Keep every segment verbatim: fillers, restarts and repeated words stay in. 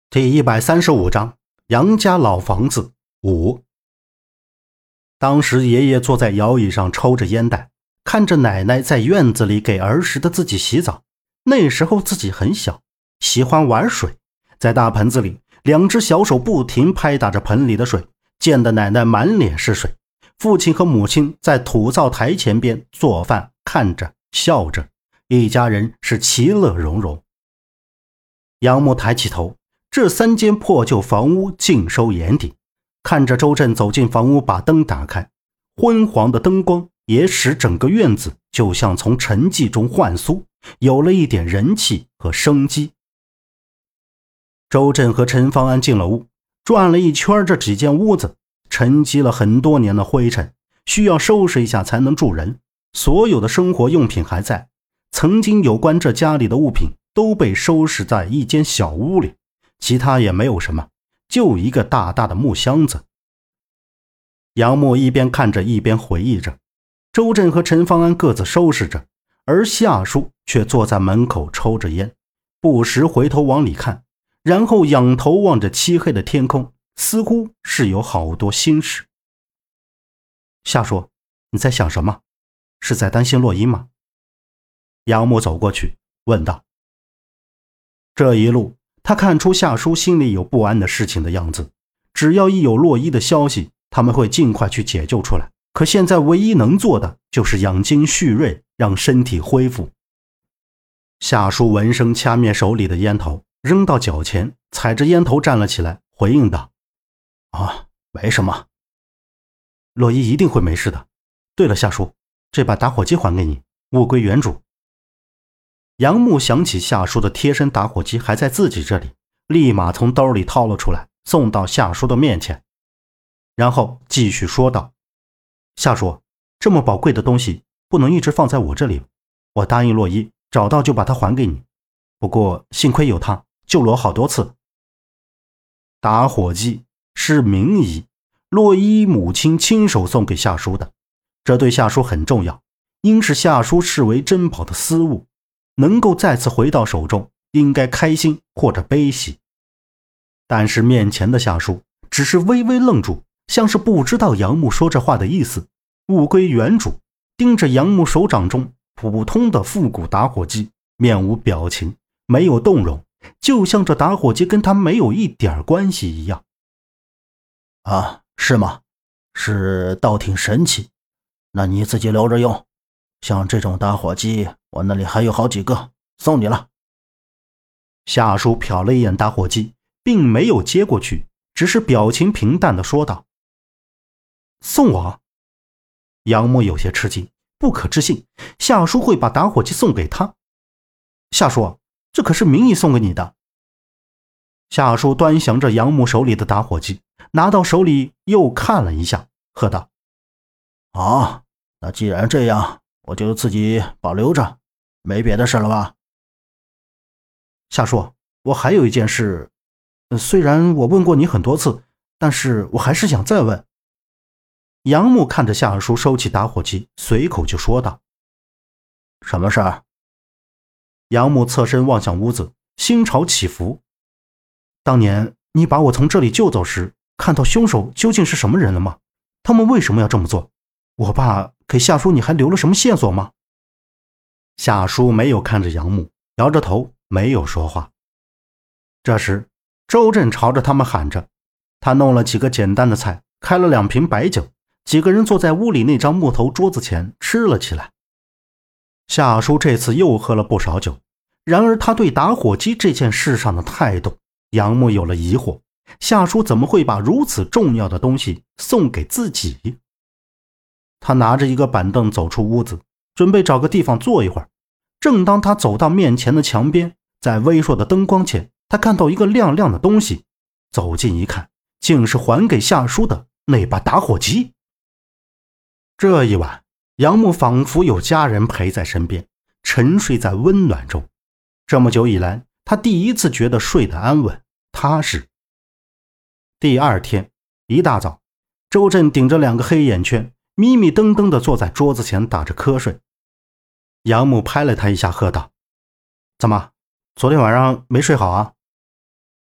第一百三十五章杨家老房子五。当时爷爷坐在摇椅上抽着烟袋，看着奶奶在院子里给儿时的自己洗澡。那时候自己很小，喜欢玩水，在大盆子里，两只小手不停拍打着盆里的水，溅得奶奶满脸是水。父亲和母亲在土灶台前边做饭，看着笑着，一家人是其乐融融。杨木抬起头，这三间破旧房屋尽收眼底，看着周震走进房屋，把灯打开，昏黄的灯光也使整个院子就像从沉寂中唤苏，有了一点人气和生机。周震和陈方安进了屋，转了一圈这几间屋子，沉积了很多年的灰尘，需要收拾一下才能住人。所有的生活用品还在，曾经有关这家里的物品都被收拾在一间小屋里，其他也没有什么，就一个大大的木箱子。杨木一边看着一边回忆着，周震和陈方安各自收拾着，而夏叔却坐在门口抽着烟，不时回头往里看，然后仰头望着漆黑的天空，似乎是有好多心事。夏叔，你在想什么？是在担心洛伊吗？杨木走过去问道。这一路他看出夏叔心里有不安的事情的样子，只要一有洛伊的消息，他们会尽快去解救出来，可现在唯一能做的就是养精蓄锐，让身体恢复。夏叔闻声掐灭手里的烟头，扔到脚前，踩着烟头站了起来，回应道：啊，没什么。洛伊一定会没事的。对了，夏叔，这把打火机还给你，物归原主。杨木想起夏叔的贴身打火机还在自己这里，立马从兜里掏了出来，送到夏叔的面前，然后继续说道：夏叔，这么宝贵的东西不能一直放在我这里，我答应洛伊，找到就把它还给你，不过幸亏有它，救了我好多次。打火机是名仪，洛伊母亲亲手送给夏叔的，这对夏叔很重要，应是夏叔视为珍宝的私物，能够再次回到手中，应该开心或者悲喜。但是面前的夏叔只是微微愣住，像是不知道杨木说这话的意思，物归原主，盯着杨木手掌中普通的复古打火机，面无表情，没有动容，就像这打火机跟他没有一点关系一样。啊，是吗？是倒挺神奇，那你自己留着用，像这种打火机我那里还有好几个，送你了。夏叔瞟了一眼打火机，并没有接过去，只是表情平淡地说道：送我？杨木有些吃惊，不可置信，夏叔会把打火机送给他。夏叔，这可是名义送给你的。夏叔端详着杨木手里的打火机，拿到手里又看了一下，喝道：啊，那既然这样，我就自己保留着，没别的事了吧？夏叔，我还有一件事，虽然我问过你很多次，但是我还是想再问。杨木看着夏叔收起打火机，随口就说道：什么事儿？杨木侧身望向屋子，心潮起伏。当年你把我从这里救走时，看到凶手究竟是什么人了吗？他们为什么要这么做？我爸给夏叔你还留了什么线索吗？夏叔没有看着杨木，摇着头没有说话。这时周震朝着他们喊着，他弄了几个简单的菜，开了两瓶白酒，几个人坐在屋里那张木头桌子前吃了起来。夏叔这次又喝了不少酒，然而他对打火机这件事上的态度，杨木有了疑惑，夏叔怎么会把如此重要的东西送给自己？他拿着一个板凳走出屋子，准备找个地方坐一会儿。正当他走到面前的墙边，在微弱的灯光前，他看到一个亮亮的东西，走近一看，竟是还给夏叔的那把打火机。这一晚，杨木仿佛有家人陪在身边，沉睡在温暖中。这么久以来，他第一次觉得睡得安稳踏实。第二天一大早，周震顶着两个黑眼圈，迷迷瞪瞪地坐在桌子前打着瞌睡。杨木拍了他一下，喝道：怎么，昨天晚上没睡好啊？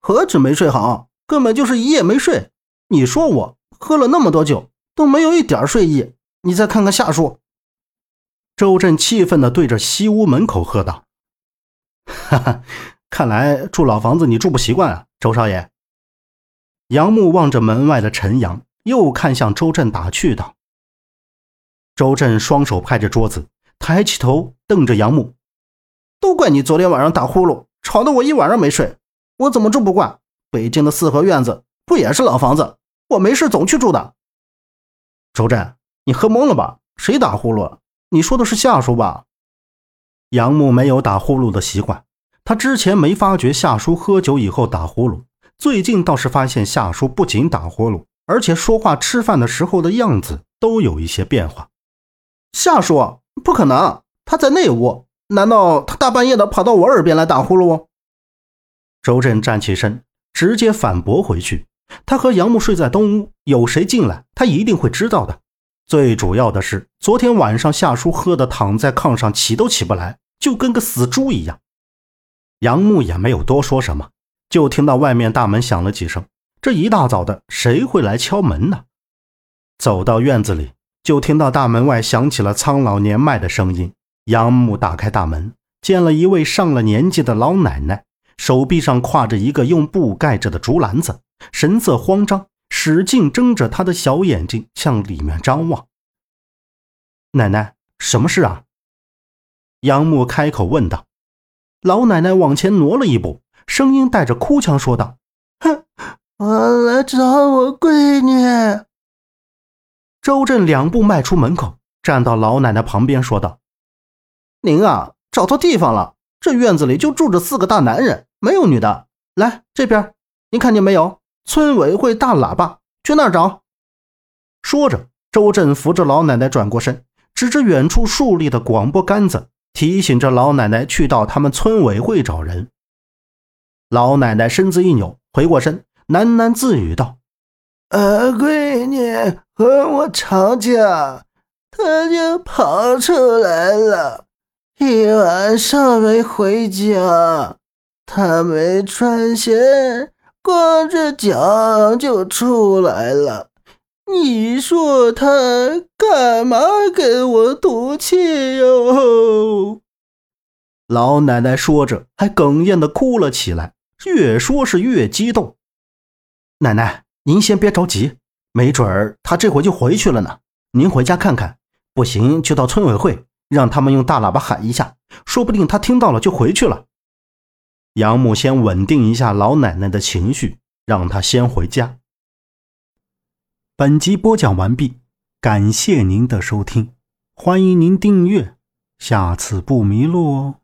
何止没睡好，根本就是一夜没睡。你说我喝了那么多酒都没有一点睡意，你再看看夏叔。 周震气愤地对着西屋门口喝道：哈哈，看来住老房子你住不习惯啊，周少爷。杨木望着门外的陈阳，又看向周震打趣道。周震双手拍着桌子，抬起头瞪着杨木： 都怪你昨天晚上打呼噜，吵得我一晚上没睡，我怎么住不惯？北京的四合院子不也是老房子，我没事总去住的。 周震，你喝懵了吧？谁打呼噜了？你说的是夏叔吧？杨木没有打呼噜的习惯，他之前没发觉夏叔喝酒以后打呼噜，最近倒是发现夏叔不仅打呼噜，而且说话吃饭的时候的样子都有一些变化。 夏叔，不可能，他在内屋，难道他大半夜的跑到我耳边来打呼噜？ 周震站起身，直接反驳回去。他和杨木睡在东屋，有谁进来他一定会知道的。最主要的是，昨天晚上夏叔喝的躺在炕上起都起不来，就跟个死猪一样。杨木也没有多说什么，就听到外面大门响了几声，这一大早的谁会来敲门呢？走到院子里，就听到大门外响起了苍老年迈的声音。杨木打开大门，见了一位上了年纪的老奶奶，手臂上挎着一个用布盖着的竹篮子，神色慌张，使劲睁着她的小眼睛向里面张望。奶奶，什么事啊？杨木开口问道。老奶奶往前挪了一步，声音带着哭腔说道： 哼，我来找我闺女。 周震两步迈出门口，站到老奶奶旁边说道： 您啊，找错地方了，这院子里就住着四个大男人，没有女的。来这边，您看见没有？村委会大喇叭，去那儿找。 说着，周震扶着老奶奶转过身，指着远处竖立的广播杆子，提醒着老奶奶去到他们村委会找人。老奶奶身子一扭，回过身，喃喃自语道： 呃，闺女和我吵架，她就跑出来了，一晚上没回家，她没穿鞋，光着脚就出来了。你说她干嘛给我赌气哟？ 老奶奶说着还哽咽地哭了起来，越说是越激动。奶奶，您先别着急，没准儿她这回就回去了呢。您回家看看，不行就到村委会，让他们用大喇叭喊一下，说不定她听到了就回去了。杨木先稳定一下老奶奶的情绪，让她先回家。本集播讲完毕，感谢您的收听，欢迎您订阅，下次不迷路哦。